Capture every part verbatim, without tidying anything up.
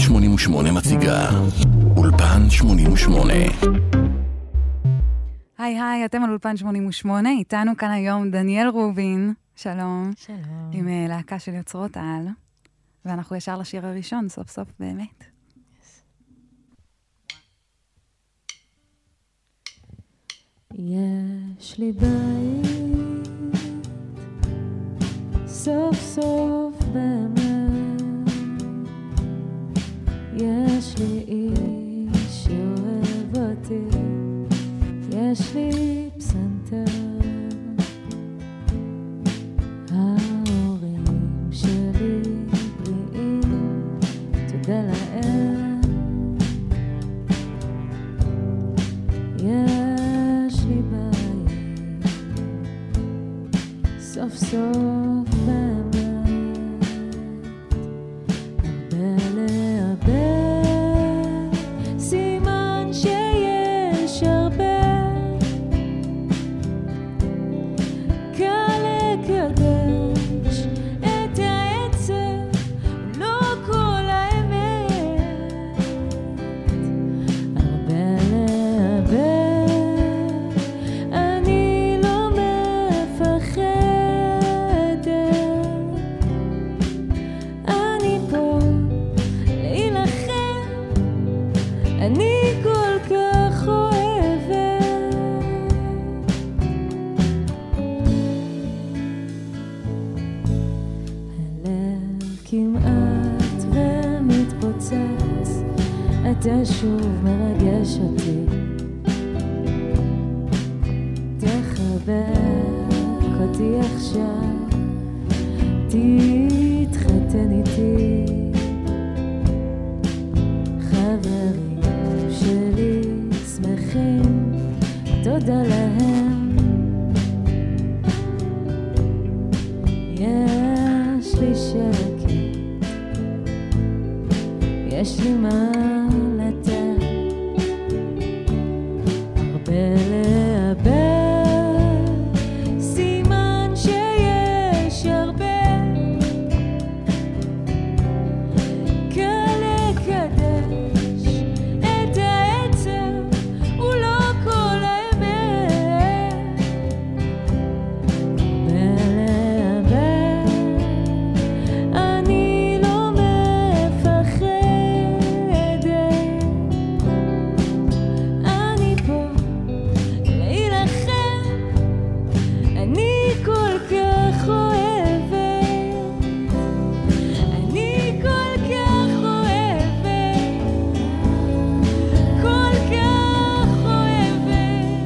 שמונים ושמונה מציגה אולפן שמונים ושמונה. היי היי, אתם על אולפן שמונים ושמונה, איתנו כאן היום דניאל רובין, שלום. שלום. עם uh, להקה של יוצרות על, ואנחנו ישר לשיר הראשון, סוף סוף באמת. יש לי בית, סוף סוף באמת, יש לי איש שאוהב אותי, יש לי פסנתר, ההורים שלי בריאים, תודה לאל, יש לי בית, סוף סוף באמת, הרבה להרבה, סימן שיש הרבה, קל לקדש את העצב, לא כל האמת, הרבה להרבה, אני לא מפחדת, אני פה להילחם, אני כל כך אוהבת. הלב כמעט ומתפוצץ, אתה שוב מרגש אותי, תחבק אותי עכשיו, תתחתן איתי, חברים שלי שמחים, תודה להם, יש לי שקט, יש לי מה לתת, הרבה להרבה, סימן שיש הרבה, קל לקדש את העצב, הוא לא כל האמת, הרבה להרבה, אני לא מפחדת, אני פה להילחם, אני כל כך אוהבת, אני כל כך אוהבת, כל כך אוהבת,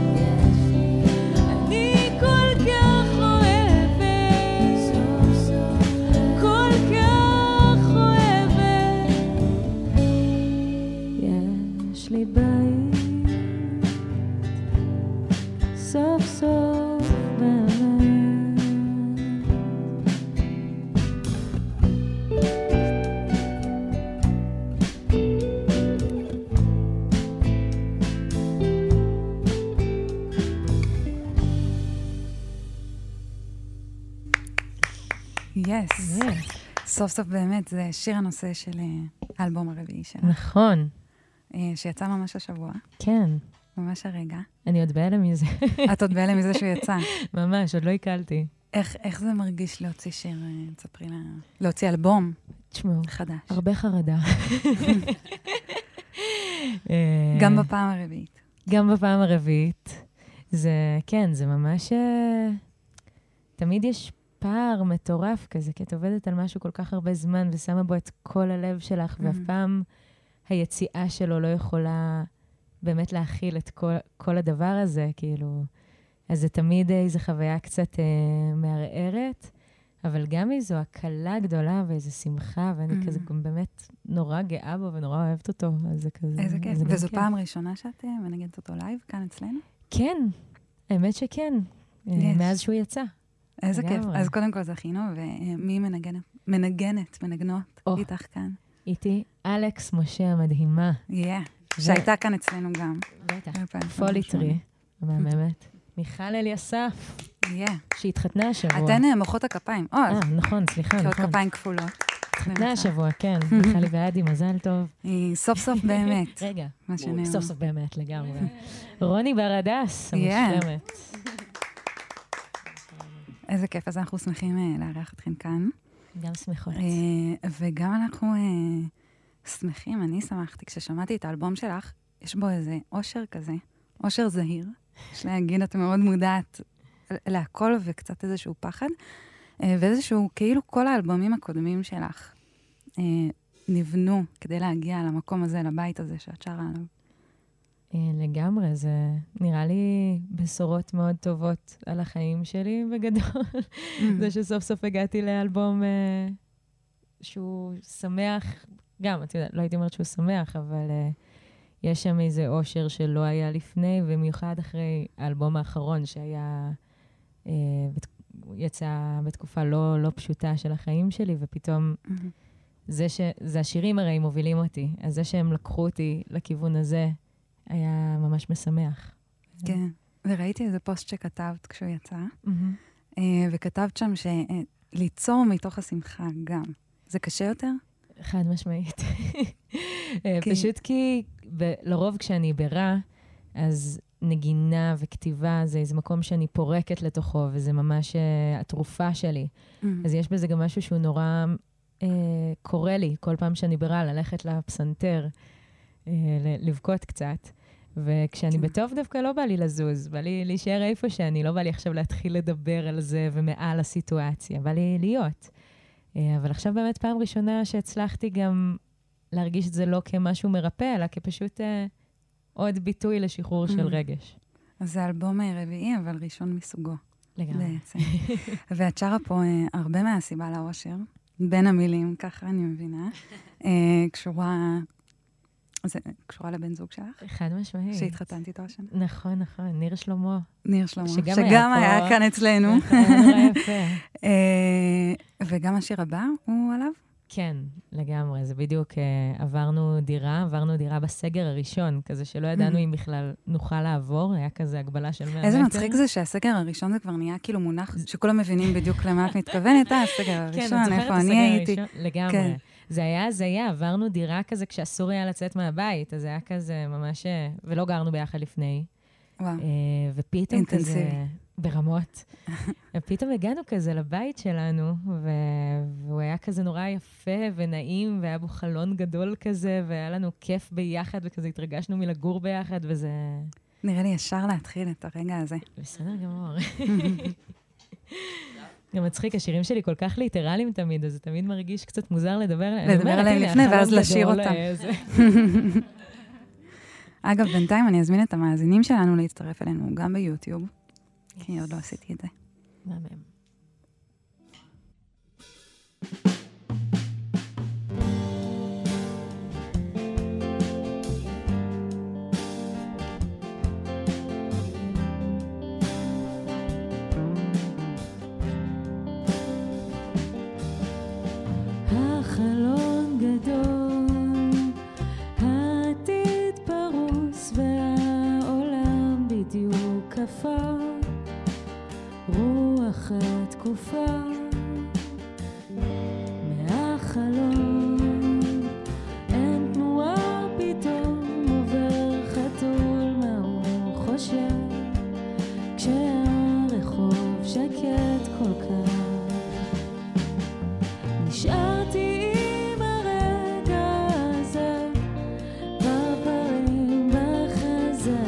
אני כל כך אוהבת, כל כך אוהבת, יש לי בית, סוף סוף באמת. יס. סוף סוף באמת, זה שיר הנושא של אה, האלבום הרביעי שלנו, נכון, אה, שיצא ממש השבוע, כן. ממש הרגע. אני עוד בהלם מזה. את עוד בהלם מזה שהוא יצא. ממש, עוד לא הקלתי. איך, איך זה מרגיש להוציא שיר, אה, תספרי לה, להוציא אלבום תשמעו, חדש? הרבה חרדה. אה, גם בפעם הרביעית. גם בפעם הרביעית. זה, כן, זה ממש... אה, תמיד יש פער מטורף כזה, כי את עובדת על משהו כל כך הרבה זמן, ושמה בו את כל הלב שלך, ואף פעם היציאה שלו לא יכולה באמת להכיל את כל, כל הדבר הזה, כאילו. אז זה תמיד איזו חוויה קצת אה, מערערת, אבל גם איזו הקלה גדולה ואיזו שמחה, ואני Mm. כזה גם באמת נורא גאה בו ונורא אוהבת אותו, אז זה כזה... איזה כיף. זה גם וזו כיף. פעם ראשונה שאת אה, מנגנת אותו לייב כאן אצלנו? כן, האמת שכן, אה, יש. מאז שהוא יצא. איזה כיף. לגמרי. אז קודם כל זכינו, ומי מנגנת, מנגנת, מנגנות או. איתך כאן? איתי אלכס משה המדהימה. יהיה. שהייתה כאן אצלנו גם. בטח. אלפיים פוליטרי, מהממת. מיכל אליסף, יהיה. שהתחתנה השבוע. אתן אה, מוחות הכפיים. או, אה, נכון, סליחה, מחיאות נכון. כפיים כפולות. התחתנה השבוע, כן. מיכלי ועדי, מזל טוב. היא סוף סוף באמת. רגע, מה שנאמר. סוף סוף באמת, לגמרי. רוני ברדס, המושלמת. איזה כיף, אז אנחנו שמחים לארח אתכם כאן. גם שמחות. וגם אנחנו שמחים, אני שמחתי, כששמעתי את האלבום שלך, יש בו איזה אושר כזה, אושר זהיר, יש להגיד, את מאוד מודעת להכל וקצת איזשהו פחד, ואיזשהו, כאילו כל האלבומים הקודמים שלך נבנו כדי להגיע למקום הזה, לבית הזה שאת שרה עליו. לגמרי, זה נראה לי בשורות מאוד טובות על החיים שלי בגדול. זה שסוף סוף הגעתי לאלבום שהוא שמח, גם, את יודעת, לא הייתי אומרת שהוא שמח, אבל יש שם איזה אושר שלא היה לפני, במיוחד אחרי האלבום האחרון שהיה, יצא בתקופה לא, לא פשוטה של החיים שלי, ופתאום זה ש, זה השירים הרי מובילים אותי, אז זה שהם לקחו אותי לכיוון הזה, היה ממש משמח. כן, וראיתי איזה פוסט שכתבת כשהוא יצא, וכתבת שם שליצור מתוך השמחה גם. זה קשה יותר? חד משמעית. פשוט כי לרוב כשאני ברע, אז נגינה וכתיבה זה איזה מקום שאני פורקת לתוכו, וזה ממש התרופה שלי. אז יש בזה גם משהו שהוא נורא קורא לי, כל פעם שאני ברע, ללכת לפסנתר, לבכות קצת. וכשאני בטוב דווקא לא בא לי לזוז, בא לי להישאר איפה שאני, לא בא לי עכשיו להתחיל לדבר על זה ומעל הסיטואציה, בא לי להיות. אבל עכשיו באמת פעם ראשונה שהצלחתי גם להרגיש את זה לא כמשהו מרפא, אלא כפשוט עוד ביטוי לשחרור של רגש. אז זה אלבום רביעי, אבל ראשון מסוגו. לגמרי. בעצם. ואת שרה פה הרבה מהסיבה לאושר, בין המילים, ככה אני מבינה, קשורה... זה קשורה לבן זוג שלך? חד משמעית. שהתחתנתי איתו השנה. נכון, נכון, ניר שלמה. ניר שלמה, שגם, שגם היה, היה פה... כאן אצלנו. נכון, נורא יפה. וגם השיר הבא הוא עליו? כן, לגמרי. זה בדיוק, עברנו דירה, עברנו דירה בסגר הראשון, כזה שלא ידענו אם בכלל נוכל לעבור, היה כזה הגבלה של מאה מטר. איזה מצחיק זה שהסגר הראשון זה כבר נהיה כאילו מונח, שכולם מבינים בדיוק למה את מתכוונת, אה, הסגר הראשון, איפה אני הייתי. לגמרי. זה היה הזיה, עברנו דירה כזה כשאסור היה לצאת מהבית, אז זה היה כזה ממש, ולא גרנו ביחד לפני. וואו. ופתאום כזה, ברמות. ופתאום הגענו כזה לבית שלנו, והוא היה כזה נורא יפה ונעים, והיה בו חלון גדול כזה, והיה לנו כיף ביחד, וכזה התרגשנו מלגור ביחד, וזה... נראה לי ישר להתחיל את הרגע הזה. בסדר גמור. גם מצחיק, השירים שלי כל כך ליטרליים תמיד, אז זה תמיד מרגיש קצת מוזר לדבר עליהם. לדבר עליהם לפני, ואז לשיר אותם. אגב, בינתיים אני אזמין את המאזינים שלנו להצטרף אלינו גם ביוטיוב, כי עוד לא עשיתי את זה. מהמם. החלון גדול, העתיד פרוס והעולם בדיוק קפא, רוח התקופה מהחלון, אין תנועה פתאום עובר חתול, מה הוא חושב כשהרחוב שקט כל כך. נשארתי עם הרגע הזה, בפרים בחזה,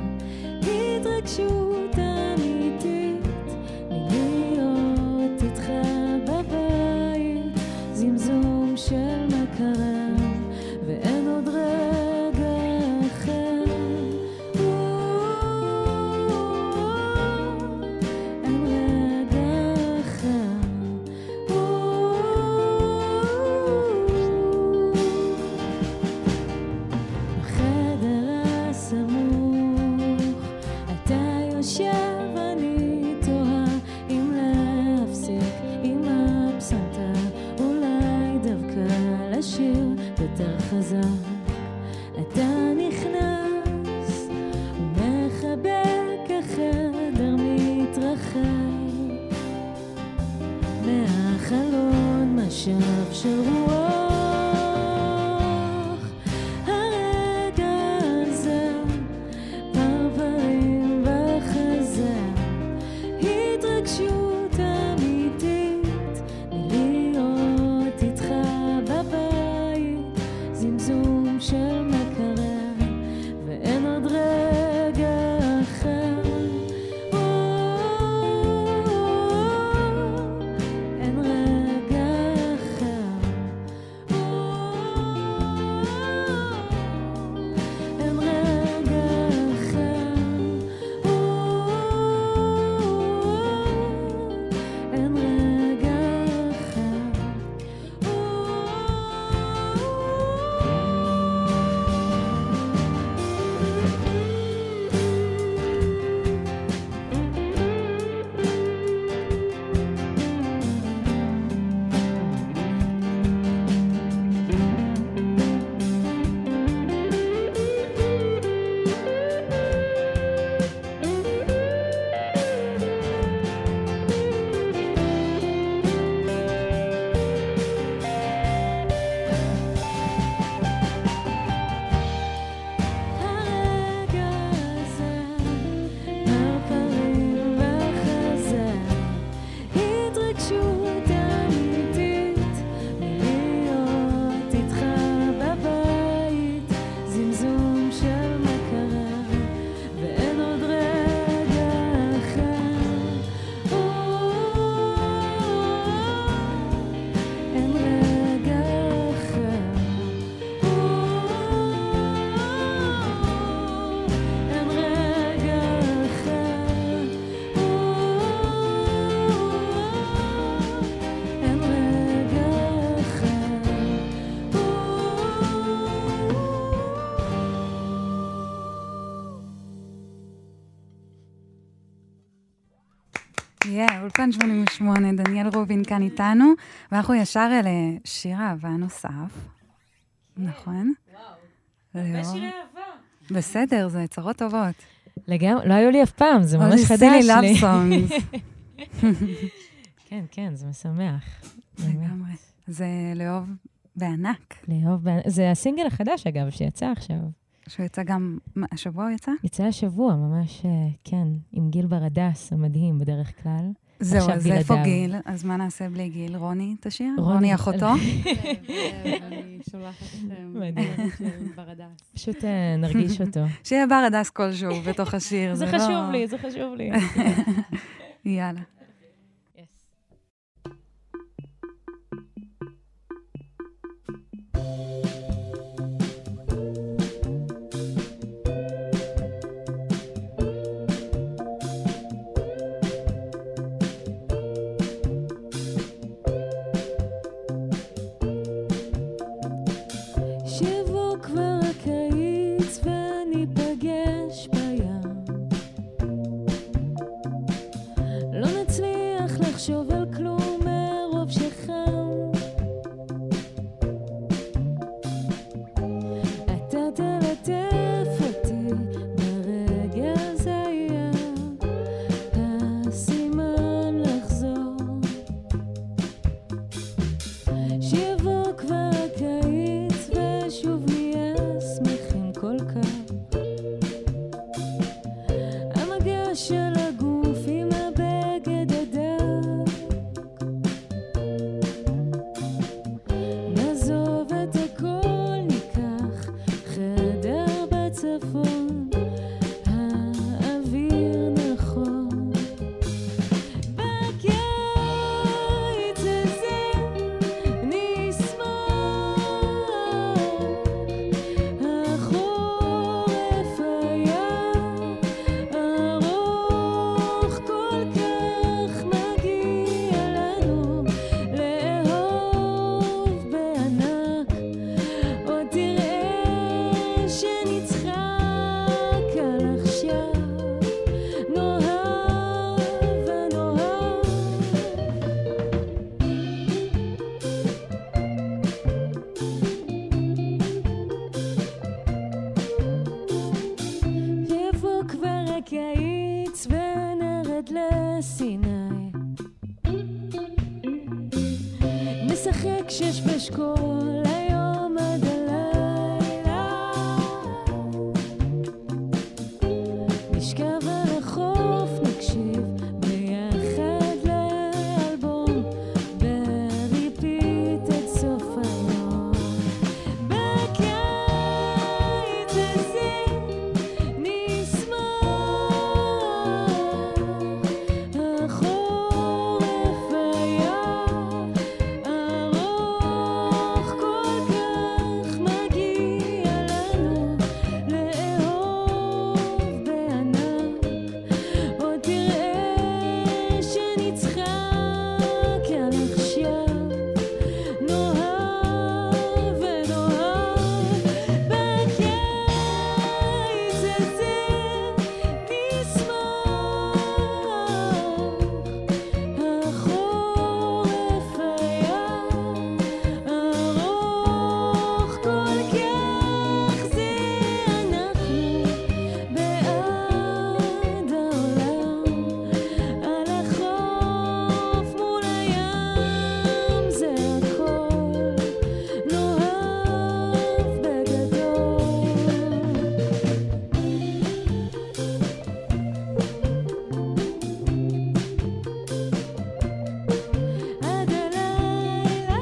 התרגשות אמיתית מלהיות איתך בבית, זמזום של מקרן ואין עוד רגע אחר. אין רגע אחר. בחדר הסמוך אתה יושב, אני תוהה אם להפסיק עם הפסנתר, אולי דווקא לשיר יותר חזק. אתה נכנס ומחבק, החדר מתרחב, מהחלון משהו עכשיו של רוח. הרגע הזה פרפרים בחזה, התרגשות אמיתית מלהיות איתך בבית, זמזום של מקרר ואין עוד רגע אחר. אין רגע אחר. אין רגע אחר. אין רגע אחר. הרגע הזה פרפרים בחזה, התרגשות אמיתית מלהיות איתך בבית, זמזום של מקרר ואין עוד רגע אחר. אין רגע אחר. אין רגע אחר. אין רגע יהיה, אולפן שמונים ושמונה, דניאל רובין כאן איתנו, ואנחנו ישר אל אה, שיר אהבה נוסף. נכון? וואו. הרבה שירי אהבה. בסדר, זה צרות טובות. לגמרי, לא היו לי אף פעם, זה ממש Only חדש silly לי. love songs. כן, כן, זה משמח. לגמרי. זה לאהוב בענק, לאהוב, ב- זה הסינגל החדש, אגב, שיצא עכשיו. שהוא יצא גם, מה, השבוע הוא יצא? יצא השבוע, ממש, אה, כן, עם גיל ברדס, המדהים בדרך כלל. זהו, עכשיו אז איפה בלעדיו. גיל? אז מה נעשה בלי גיל? רוני תשיר? רוני- רוני אחותו? אני שולחת אתכם מדהים. של ברדס. פשוט אה, נרגיש אותו. שיהיה בר הדס כלשהו בתוך השיר. זה לא- חשוב לי, זה חשוב לי. יאללה. שיבוא כבר הקיץ וניפגש בים, לא נצליח לחשוב על כלום מרוב שחם. אתה תלטף אותי ברגע זה היה הסימן לחזור. שיבוא כבר הקיץ ושוב נהיה שמחים כל כך, המגע של הגוף עם הבגד הדק, נעזוב את הכל, ניקח חדר בצפון, האוויר נכון. בקיץ הזה נשמח, החורף היה ארוך כל כך, מגיע לנו לאהוב בענק, עוד תראה שנצחק על עכשיו, נאהב ונאהב. יבוא כבר הקיץ ונרד לסיני, נשחק כל היום עד הלילה. נשכב על החוף, נקשיב ביחד לאלבום, בריפיט עד סוף היום. בקיץ הזה נשמח, החורף היה ארוך כל כך, מגיע לנו לאהוב בענק. עוד תראה שנצחק על עכשיו, נאהב ונאהב. בקיץ הזה נשמח, החורף היה ארוך כל כך, זה אנחנו בעד העולם, על החוף מול הים, זה הכל נאהב בגדול. עד הלילה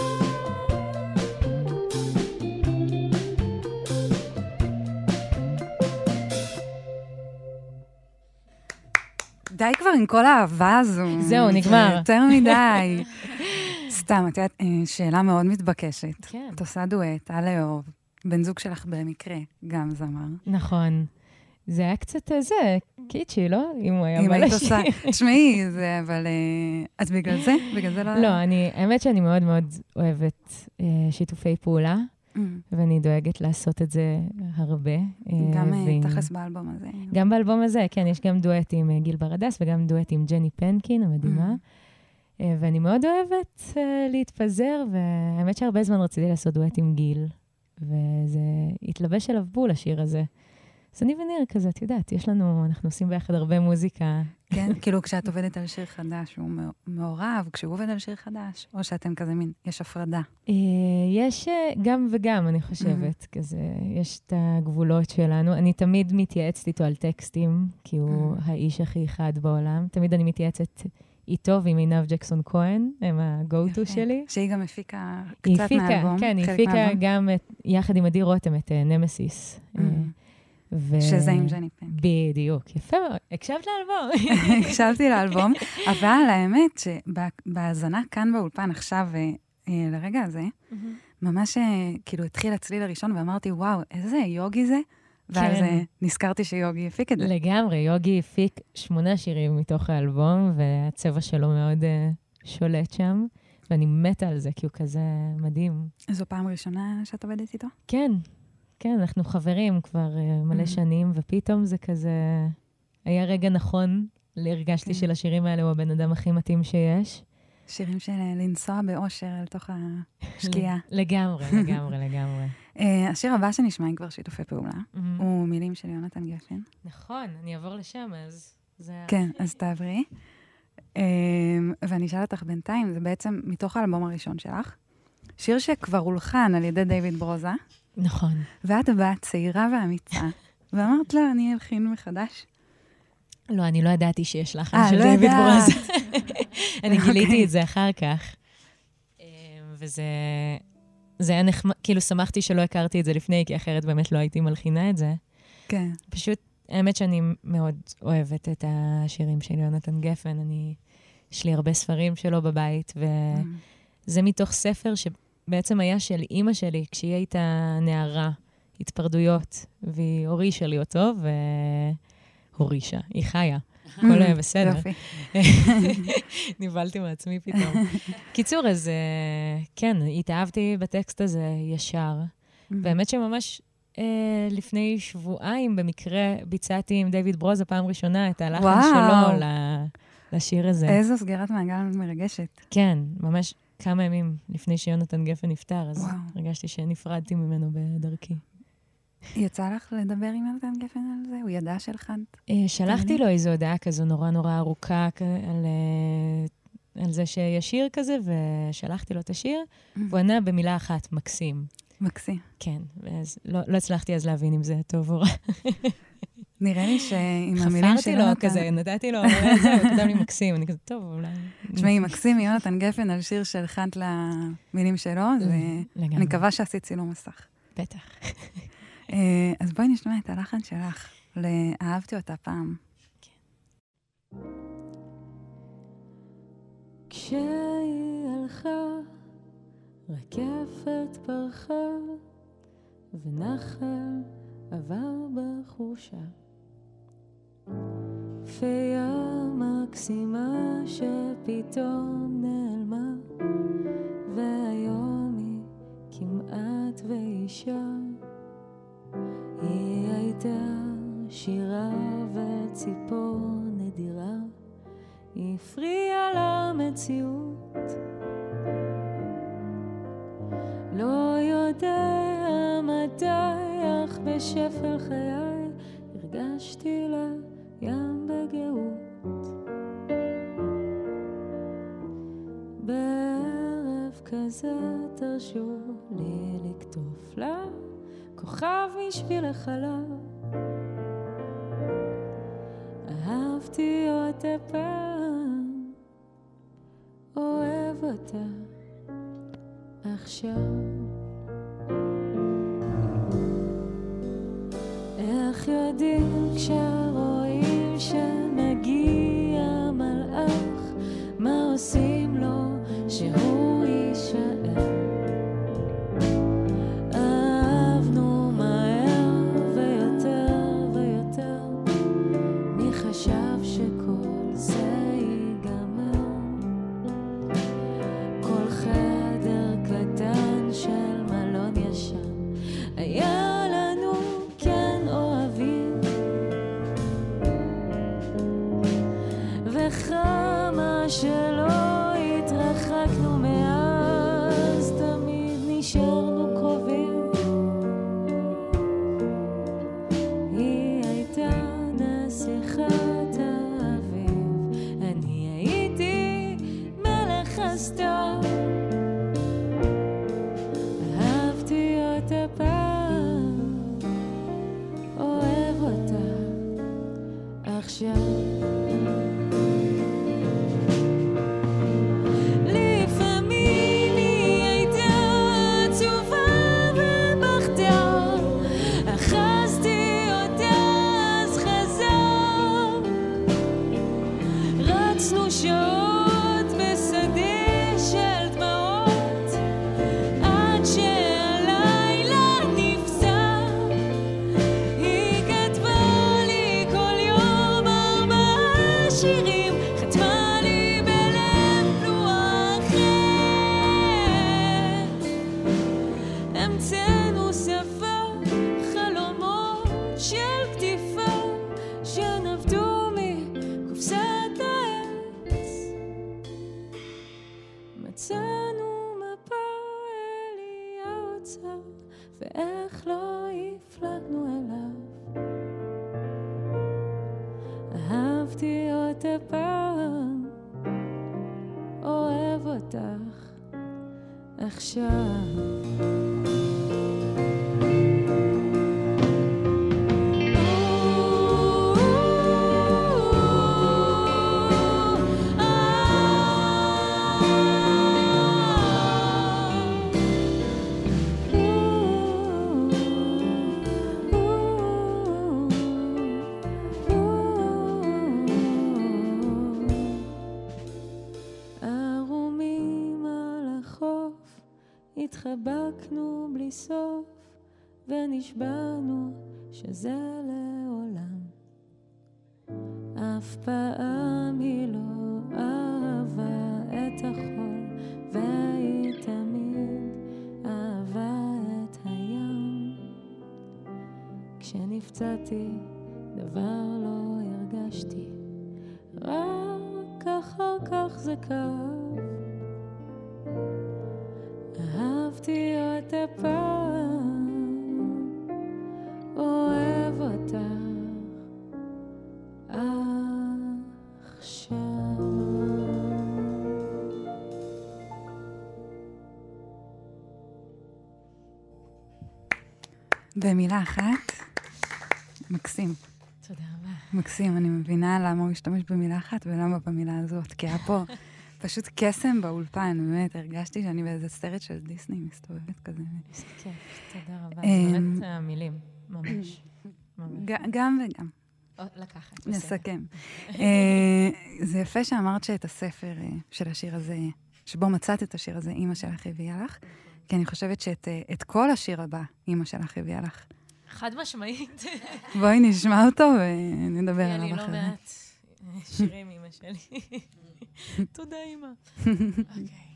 די כבר עם כל האהבה הזו. זהו, זה נגמר. יותר מדי. סתם, את יודעת, אה, שאלה מאוד מתבקשת. כן. את עושה דואט, על לאהוב. בן זוג שלך במקרה, גם זמר. נכון. זה היה קצת איזה קיצ'י, לא? אם הוא היה אם בא היית לשיר. עושה... תשמעי, זה, אבל... אה, אז בגלל זה? בגלל זה לא... לא, אני, האמת שאני מאוד מאוד אוהבת אה, שיתופי פעולה, Mm. ואני דואגת לעשות את זה הרבה. אה, גם אה, ועם- תכלס באלבום הזה. גם באלבום הזה, כן, יש גם דואט עם אה, גיל ברדס, וגם דואט עם ג'ני פנקין, המדהימה. אה, ואני מאוד אוהבת אה, להתפזר, והאמת שהרבה זמן רציתי לעשות דואט עם גיל, וזה התלבש עליו בול, השיר הזה. אז אני וניר כזה, את יודעת, יש לנו, אנחנו עושים ביחד הרבה מוזיקה. כן, כאילו כשאת עובדת על שיר חדש, הוא מאו- מעורב, כשהוא עובד על שיר חדש, או שאתם כזה מין, יש הפרדה. אה, יש אה, גם וגם, אני חושבת, כזה, יש את הגבולות שלנו. אני תמיד מתייעצת איתו על טקסטים, כי הוא האיש הכי חד בעולם. תמיד אני מתייעצת איתו ועם עינב ג'קסון כהן, הם ה-go-to יפה. שלי. שהיא גם הפיקה היא קצת הפיקה, מהאלבום. כן, היא חלק הפיקה מהאלבום. גם את- יחד עם עדי רותם את אה, נמסיס. אה, ו- שזה עם ג'ני פנק. בדיוק, יפה מאוד. הקשבת לאלבום. הקשבתי לאלבום, אבל האמת שבהאזנה כאן באולפן עכשיו, אה, אה, לרגע הזה, ממש אה, כאילו התחיל הצליל הראשון ואמרתי, וואו, איזה יוגי זה, ואז כן. אה, נזכרתי שיוגי הפיק את זה. לגמרי, יוגי הפיק שמונה שירים מתוך האלבום, והצבע שלו מאוד אה, שולט שם, ואני מתה על זה, כי הוא כזה מדהים. זו פעם ראשונה שאת עובדת איתו? כן, כן, אנחנו חברים כבר אה, מלא Mhm. שנים, ופתאום זה כזה... היה רגע נכון, הרגשתי כן. שלשירים האלה הוא הבן אדם הכי מתאים שיש. שירים של אה, לנסוע באושר אל תוך השקיעה. לגמרי, לגמרי, לגמרי. אה, השיר הבא שנשמע עם כבר שיתופי פעולה, Mhm. הוא מילים של יונתן גפן. נכון, אני אעבור לשם, אז זה... כן, אז תעברי. אה, ואני אשאל אותך בינתיים, זה בעצם מתוך האלבום הראשון שלך, שיר שכבר הולחן על ידי דיוויד ברוזה, נכון. ואת באה צעירה ואמיצה, ואמרת לה, אני אלחין מחדש. לא, אני לא ידעתי שיש לחן אה, של לא דיוויד ידעת. ברוז. אני גיליתי אוקיי. את זה אחר כך. אה, וזה... זה היה נחמד, כאילו שמחתי שלא הכרתי את זה לפני, כי אחרת באמת לא הייתי מלחינה את זה. כן. פשוט, האמת שאני מאוד אוהבת את השירים של יונתן גפן. אני, יש לי הרבה ספרים שלו בבית, וזה מתוך ספר שבעצם היה של אימא שלי, כשהיא הייתה נערה, התפרדויות, והיא הורישה לי אותו, והורישה, היא חיה. הכל היה בסדר. יופי. נבלתי מעצמי פתאום. קיצור, אז אה, כן, התאהבתי בטקסט הזה ישר. באמת שממש אה, לפני שבועיים במקרה ביצעתי עם דיוויד ברוזה פעם ראשונה את הלחן וואו. שלו ל- לשיר הזה. איזו סגירת מעגל מרגשת. כן, ממש כמה ימים לפני שיונתן גפן נפטר, אז וואו. הרגשתי שנפרדתי ממנו בדרכי. יצא לך לדבר עם יונתן גפן על זה? הוא ידע שלחנת? אה, שלחתי לו איזו הודעה כזו נורא נורא ארוכה כ- על, אה, על זה שיש שיר כזה, ושלחתי לו את השיר, והוא ענה במילה אחת, מקסים. מקסים. כן, ואז לא, לא הצלחתי אז להבין אם זה טוב או רע. נראה לי שעם המילים חפרתי של לו יונתן... כזה, נתתי לו, זהו, כתב לי מקסים, אני כזה, טוב, אולי... תשמעי, מקסים יונתן גפן על שיר שהלחנת למילים שלו, לגמרי. אני מקווה שעשית צילום מסך. בטח. אה, אז בואי נשמע את הלחן שלך, לאהבתי אותה פעם. כשהיא הלכה, רקפת פרחה, ונחל עבר בחושה. פיה מקסימה שפתאום נעלמה, והיום היא כמעט ואישה. היא הייתה שירה וציפור נדירה, היא הפריעה למציאות. לא יודע מתי, אך בשפל חיי הרגשתי לה ים בגאות. בערב כזה תרשו לי לקטוף לה כוכב משביל החלב. אהבתי אותה פעם, אוהב אותה עכשיו. איך יודעים כשרואים שמגיע מלאך, מה עושים לו שהוא יישאר? אהבנו מהר ויותר ויותר, מי חשב שכל זה ייגמר? כל חדר קטן של מלון ישן היה לנו כן אוהבים, וכמה שלא התרחקנו מאז, תמיד נשארנו קרובים. היא הייתה נסיכת האביב, אני הייתי מלך הסתיו. אהבתי אותה פעם, אוהב אותה עכשיו. לפעמים היא הייתה עצובה ובכתה, אחזתי אותה אז חזר. רצנו שעות בשדה של דמעות, עד שהלילה נפסע. היא כתבה לי כל יום ארבעה שירים, חתמה לי בלב לוח חטא. המצאנו שפה, חלומות של קטיפה שנבדו מקופסת העץ. מצאנו מפה אל האוצר, ואיך לא הפלגנו אליו. אהבתי אותה פעם, אוהב אותך עכשיו. ערומים על החוף, התחבקנו בלי סוף, ונשבענו שזה לעולם. אף פעם היא לא אהבה את החול, והיא תמיד אהבה את הים. כשנפצעתי דבר לא הרגשתי, רק אחר כך זה כאב. אהבתי אותה פעם, אוהב אותך עכשיו. במילה אחת, מקסים. תודה רבה. מקסים, אני מבינה למה הוא השתמש במילה אחת ולמה במילה הזאת, כי היה פה פשוט קסם באולפן, באמת, הרגשתי שאני באיזה סרט של דיסני מסתובבת כזה. איזה כיף, תודה רבה. זה באמת המילים, ממש. גם וגם. לקחת. נסכם. זה יפה שאמרת שאת הספר של השיר הזה, שבו מצאת את השיר הזה, אמא שלך הביאה לך, כי אני חושבת שאת כל השיר הבא, אמא שלך הביאה לך. חד משמעית. בואי נשמע אותו ונדבר עליו אחרי. אני לא מעט שירים אמא שלי. תודה, אמא. אוקיי.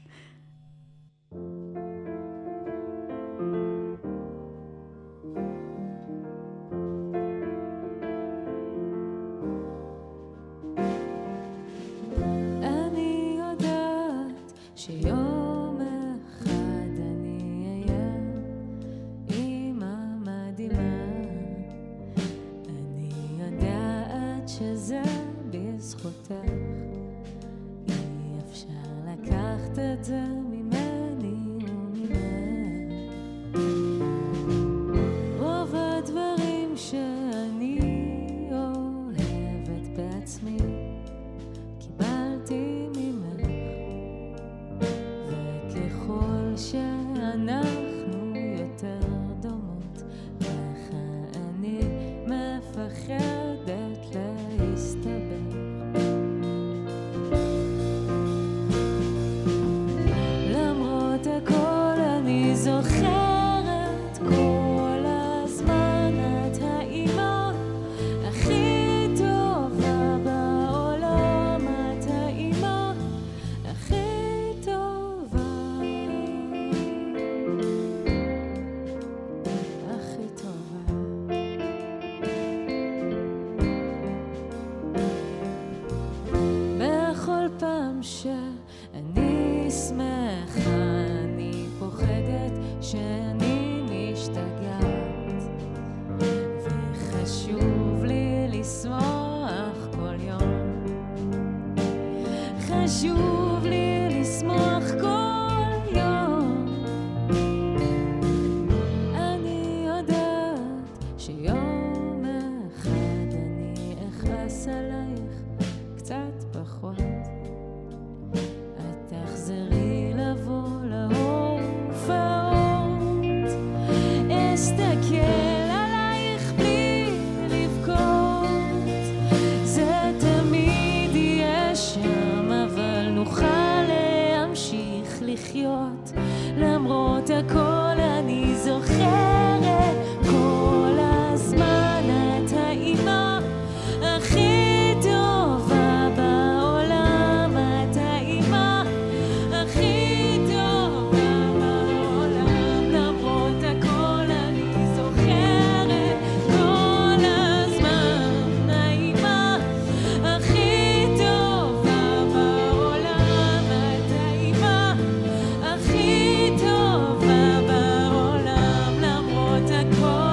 אני יודעת שיום אחד אני אהיה אמא מדהימה. אני יודעת שזה בזכותך. אי אפשר לקחת את זה ממני וממך. רוב הדברים שאני אוהבת בעצמי קיבלתי ממך. וככל שאנחנו יותר דומות, ככה אני מפחדת להסתבך. למרות הכל אני זוכרת כל הזמן את האמא הכי טובה בעולם. את האמא הכי טובה, הכי טובה. בכל פעם שאני שמחה אני פוחדת שאני משתגעת, וחשוב לי לשמוח כל יום. חשוב לי לשמוח כל יום. אני יודעת שיום אחד אני אכעס עלייך קצת פחות. את תחזרי לבוא להופעות. אסתכל עלייך בלי לבכות. זה תמיד יהיה שם, אבל נוכל להמשיך לחיות. למרות הכל אני זוכרת כל הזמן את האמא הכי טובה בעולם. את האמא הכי טובה בעולם. למרות הכל אני זוכרת כל הזמן האמא הכי טובה בעולם. את האמא הכי טובה בעולם. למרות הכל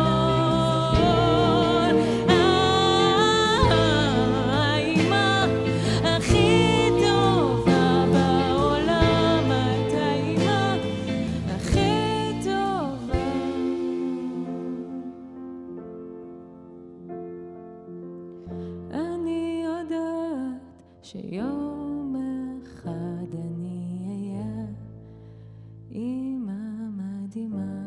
האמא הכי טובה בעולם. את האמא הכי טובה. אני יודעת שיום אחד אני אהיה אמא מדהימה.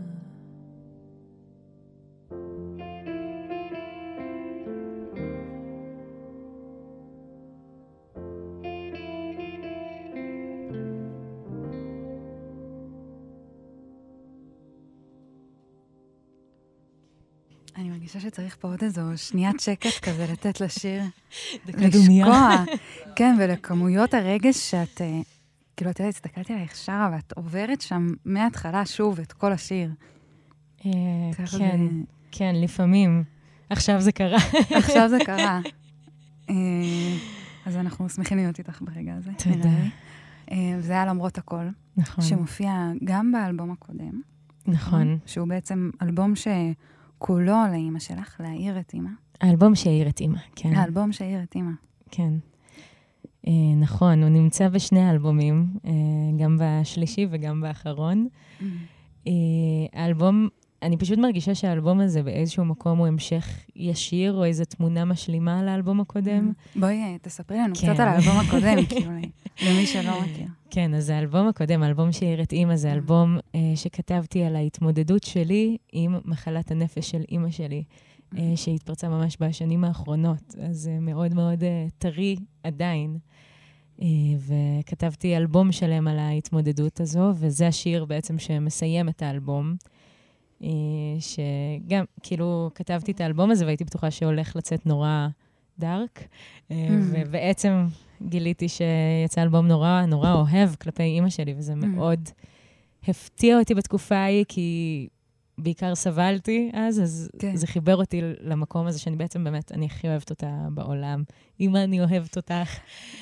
אני מרגישה שצריך פה עוד איזו שניית שקט כזה לתת לשיר. דקה דומייה. לשקוע. כן, ולכמויות הרגש שאת, אה, כאילו, אתה יודע, הסתכלתי עלייך שרה, ואת עוברת שם מההתחלה שוב את כל השיר. אה, ככה כן, זה- כן, לפעמים. עכשיו זה קרה. עכשיו זה קרה. אה, אז אנחנו שמחים להיות איתך ברגע הזה. תודה. נראה לי. אה, וזה היה למרות הכל, נכון, שמופיע גם באלבום הקודם, נכון. שהוא בעצם אלבום שכולו לאמא שלך, להעיר את אמא. האלבום שהעיר את אמא, כן. האלבום שהעיר את אמא. כן. אה, נכון, הוא נמצא בשני האלבומים, אה, גם בשלישי וגם באחרון. אה, האלבום אני פשוט מרגישה שהאלבום הזה באיזשהו מקום הוא המשך ישיר, או איזו תמונה משלימה על האלבום הקודם. בואי, תספרי לנו כן. קצת על האלבום הקודם, כאילו, למי שלא מכיר. כן, אז האלבום הקודם, האלבום שהעיר את אימא, זה אלבום אה, שכתבתי על ההתמודדות שלי עם מחלת הנפש של אימא שלי, אה, שהתפרצה ממש בשנים האחרונות, אז אה, מאוד מאוד אה, טרי עדיין. אה, וכתבתי אלבום שלם על ההתמודדות הזו, וזה השיר בעצם שמסיים את האלבום. אה, שגם, כאילו, כתבתי את האלבום הזה, והייתי בטוחה שהולך לצאת נורא דארק, אה, ובעצם גיליתי שיצא אלבום נורא, נורא אוהב כלפי אימא שלי, וזה מאוד הפתיע אותי בתקופה ההיא, כי בעיקר סבלתי אז, אז זה חיבר אותי למקום הזה, שאני בעצם באמת, אני הכי אוהבת אותה בעולם. אמא, אני אוהבת אותך.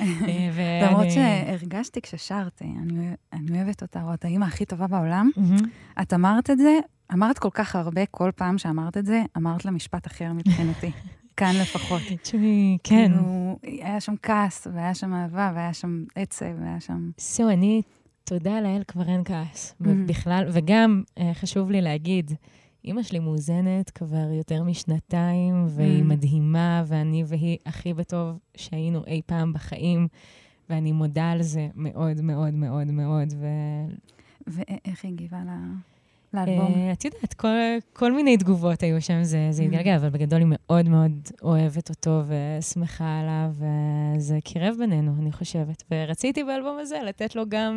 למרות שהרגשתי כששרת, אני אוהבת אותה, או את האמא הכי טובה בעולם. את אמרת את זה, אמרת כל כך הרבה, כל פעם שאמרת את זה, אמרת לה משפט אחר מבחינתי. כאן לפחות. תשמעי, כן. היה שם כעס, והיה שם אהבה, והיה שם עצב, והיה שם... זהו, אני, תודה לאל, כבר אין כעס. בכלל, וגם חשוב לי להגיד, אמא שלי מאוזנת כבר יותר משנתיים, והיא מדהימה, ואני והיא הכי בטוב שהיינו אי פעם בחיים, ואני מודה על זה מאוד מאוד מאוד מאוד. ואיך היא הגיבה לה... לאלבום. את יודעת, כל מיני תגובות היו שם, זה התגלגל, אבל בגדול היא מאוד מאוד אוהבת אותו ושמחה עליו, וזה קירב בינינו, אני חושבת. ורציתי באלבום הזה לתת לו גם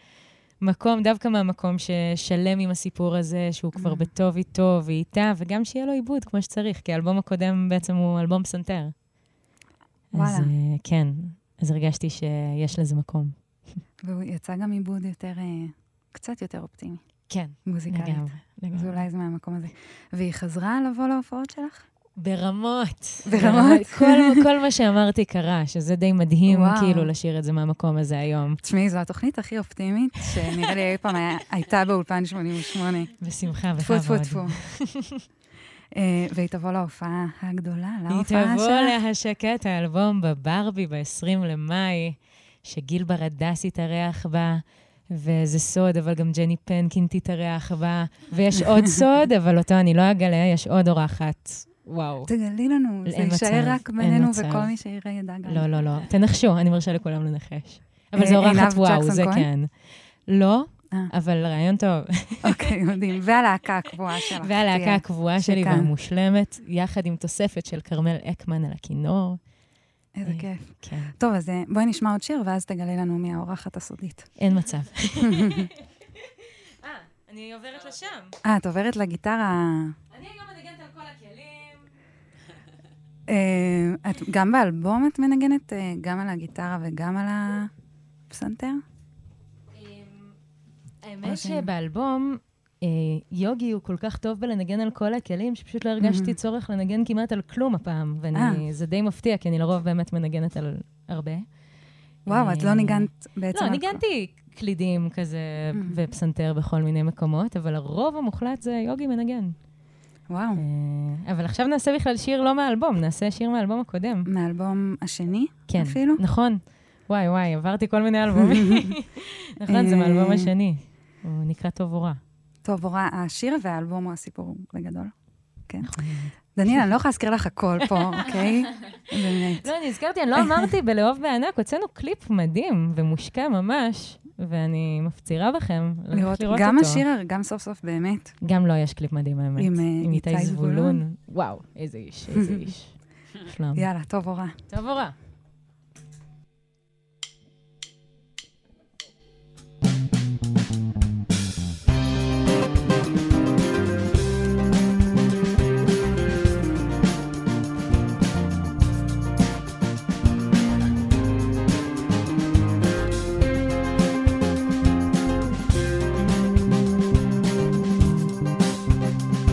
מקום, דווקא מהמקום ששלם עם הסיפור הזה, שהוא כבר בטוב איתו ואיתה, וגם שיהיה לו עיבוד כמו שצריך, כי האלבום הקודם בעצם הוא אלבום פסנתר. וואלה. אז כן, אז הרגשתי שיש לזה מקום. והוא יצא גם עיבוד יותר, קצת יותר אופטימי. כן, מוזיקלית. לגמרי, לגמרי. אז אולי זה מהמקום הזה. והיא חזרה לבוא להופעות שלך? ברמות. ברמות? כל, כל מה שאמרתי קרה, שזה די מדהים, וואו. כאילו, לשיר את זה מהמקום הזה היום. תשמעי, זו התוכנית הכי אופטימית, שנראה לי אי פעם היה, הייתה באולפן שמונים ושמונה. בשמחה, בכבוד. טפו, טפו, טפו. והיא תבוא להופעה הגדולה, להופעה שלך. היא תבוא להשקת האלבום בברבי ב-עשרים למאי, שגיל ברדס יתארח בה, וזה סוד, אבל גם ג'ני פנקין תתארח בה, ויש עוד סוד, אבל אותו אני לא אגלה, יש עוד אורחת. וואו. תגלי לנו, זה יישאר רק בינינו, וכל מי שיראה ידע גם. לא, לא, לא. תנחשו, אני מרשה לכולם לנחש. אבל זה אורחת וואו, זה כן. לא, אבל רעיון טוב. אוקיי, מדהים. והלהקה הקבועה שלך. והלהקה הקבועה שלי והמושלמת, יחד עם תוספת של קרמל אקמן על הכינור. איזה כיף. כן. טוב, אז בואי נשמע עוד שיר, ואז תגלה לנו מי האורחת הסודית. אין מצב. אה, אני עוברת לשם. אה, את עוברת לגיטרה. אני היום מנגנת על כל הכלים. גם באלבום את מנגנת גם על הגיטרה וגם על הפסנתר? האמת שבאלבום, יוגי הוא כל כך טוב בלנגן על כל הכלים, שפשוט לא הרגשתי צורך לנגן כמעט על כלום הפעם, וזה די מפתיע, כי אני לרוב באמת מנגנת על הרבה. וואו, את לא ניגנת בעצם... לא, ניגנתי קלידים כזה ופסנתר בכל מיני מקומות, אבל הרוב המוחלט זה יוגי מנגן. וואו. אבל עכשיו נעשה בכלל שיר לא מהאלבום, נעשה שיר מהאלבום הקודם. מהאלבום השני? כן, אפילו? נכון. וואי, וואי, עברתי כל מיני אלבומים. נכון, זה מהאלבום השני. הוא נקרא טוב או רע. טוב או רע, השיר והאלבום הוא הסיפור בגדול. כן. דניאל, אני לא יכולה להזכיר לך הכל פה, אוקיי? באמת. לא, אני הזכרתי, אני לא אמרתי בלאהוב בענק, הוצאנו קליפ מדהים ומושקע ממש, ואני מפצירה בכם לראות אותו. גם השיר, גם סוף סוף באמת. גם לא יש קליפ מדהים, האמת. עם איתי זבולון. וואו, איזה איש, איזה איש. שלום. יאללה, טוב או רע. טוב או רע.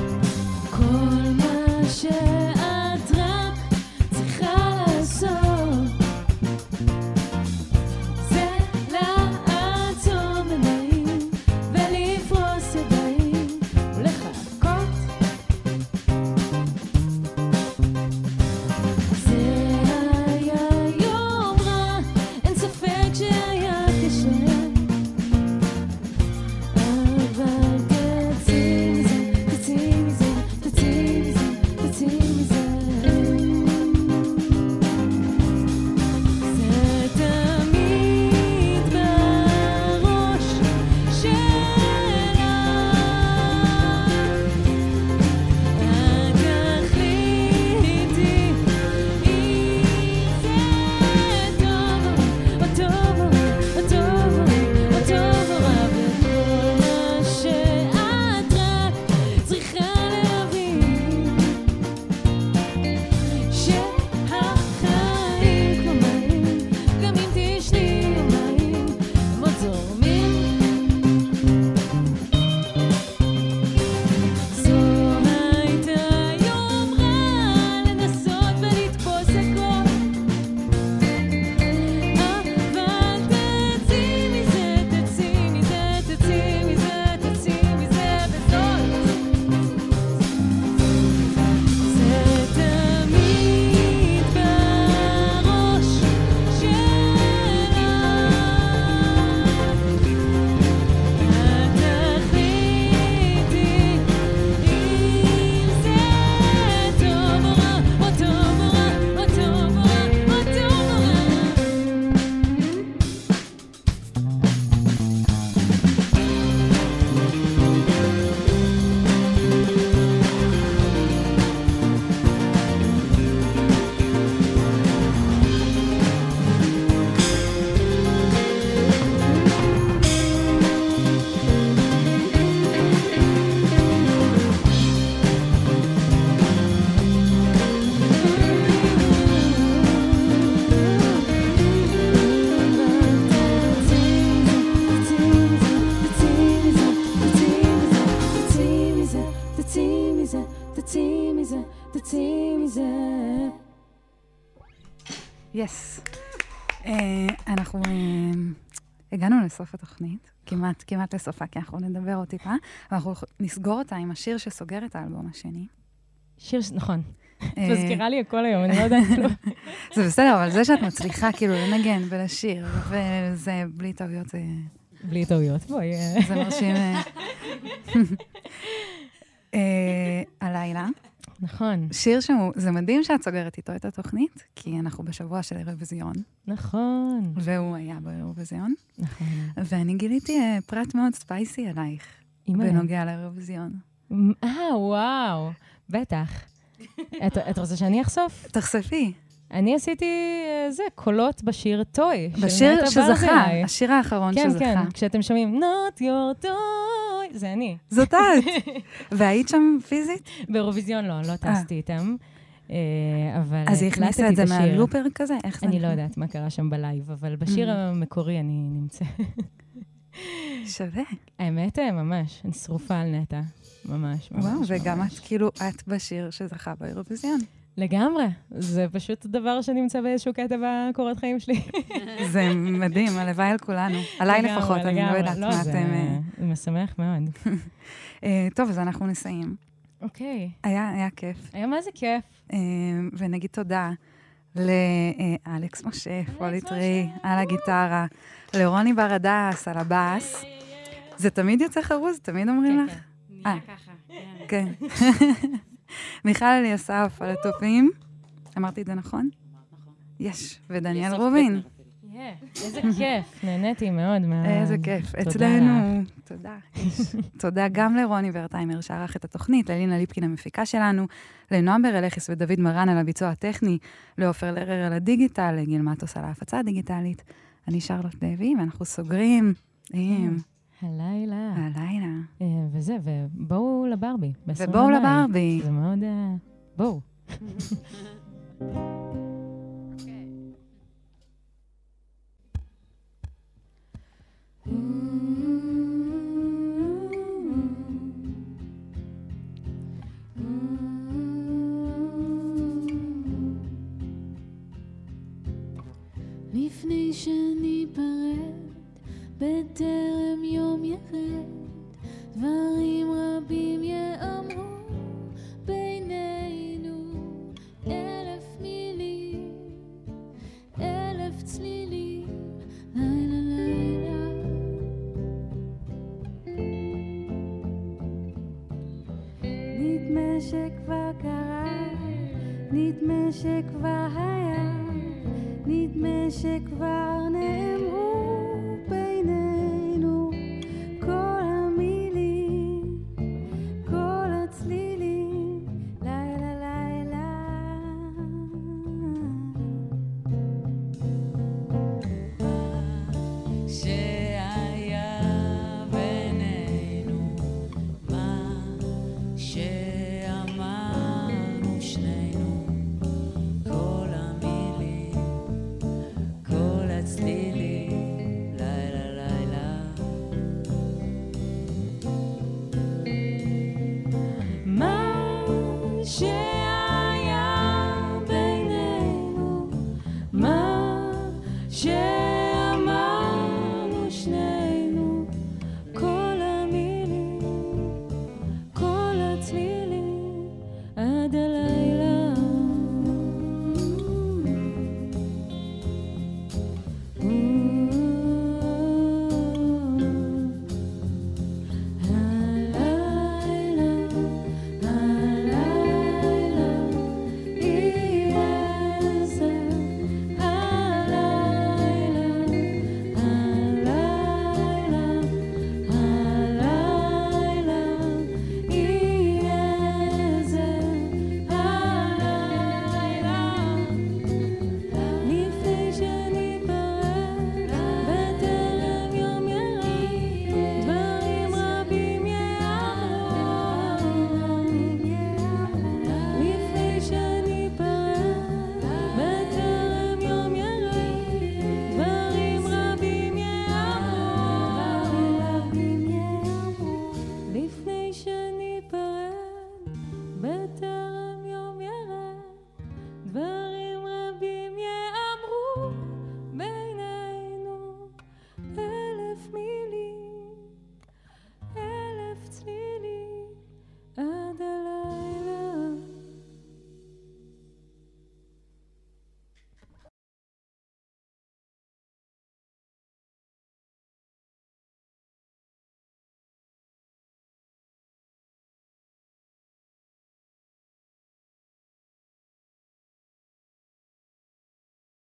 כל מה שאת רק צריכה לעשות תצאי מזה, תצאי מזה, תצאי מזה. יס. אנחנו הגענו לסוף התוכנית, כמעט, כמעט לסופה, כי אנחנו נדבר עוד טיפה, ואנחנו נסגור אותה עם השיר שסוגר את האלבום השני. שיר, נכון. מזכירה לי הכל היום, אני לא יודעת כלום. זה בסדר, אבל זה שאת מצליחה כאילו לנגן ולשיר, וזה בלי טעויות, זה... בלי טעויות, בואי. זה מרשים... הלילה. נכון. שיר שהוא, זה מדהים שאת סוגרת איתו את התוכנית, כי אנחנו בשבוע של אירוויזיון. נכון. והוא היה באירוויזיון. נכון. ואני גיליתי פרט מאוד ספייסי עלייך, בנוגע לאירוויזיון. אה, וואו. בטח. את רוצה שאני אחשוף? תחשפי. אני עשיתי זה, קולות בשיר טוי. בשיר שזכה, השיר האחרון שזכה. כן, כן, כשאתם שומעים, not your toy, זה אני. זאת את. והיית שם פיזית? באירוויזיון לא, לא טסתי איתם. אבל אז היא הכניסה את זה מהלופר כזה? אני לא יודעת מה קרה שם בלייב, אבל בשיר המקורי אני נמצא. שווה. האמת, ממש, אני שרופה על נטע. ממש, ממש. וואו, וגם את, כאילו, את בשיר שזכה באירוויזיון. לגמרי. זה פשוט דבר שנמצא באיזשהו קטע בקורת חיים שלי. זה מדהים, הלוואי על כולנו. עליי לפחות, אני לא יודעת מה אתם... זה משמח מאוד. טוב, אז אנחנו נסיים. אוקיי. היה כיף. היה מה זה כיף. ונגיד תודה לאלכס משה, פוליטרי, על הגיטרה, לרוני ברדס, על הבאס. זה תמיד יוצא חרוז, תמיד אומרים לך? נהיה ככה, כן. מיכל אליסף על הטופים. אמרתי את זה נכון? נכון. יש, ודניאל רובין. איזה כיף, נהניתי מאוד. איזה כיף, אצלנו. תודה. תודה גם לרוני ורטיימר שערך את התוכנית, ללינה ליפקין המפיקה שלנו, לנועם ברלכיס ודוד מרן על הביצוע הטכני, לעופר לרר על הדיגיטל, לגיל מטוס על ההפצה הדיגיטלית. אני שרלוט לוי, ואנחנו סוגרים עם... הלילה. הלילה. וזה, ובואו לברבי. ובואו לברבי. זה מאוד... בואו. לפני שניפרד בטרם יום ירד, דברים רבים יאמרו בינינו, אלף מילים, אלף צלילים, לילה לילה. נדמה שכבר קרה, נדמה שכבר היה, נדמה שכבר נאמרו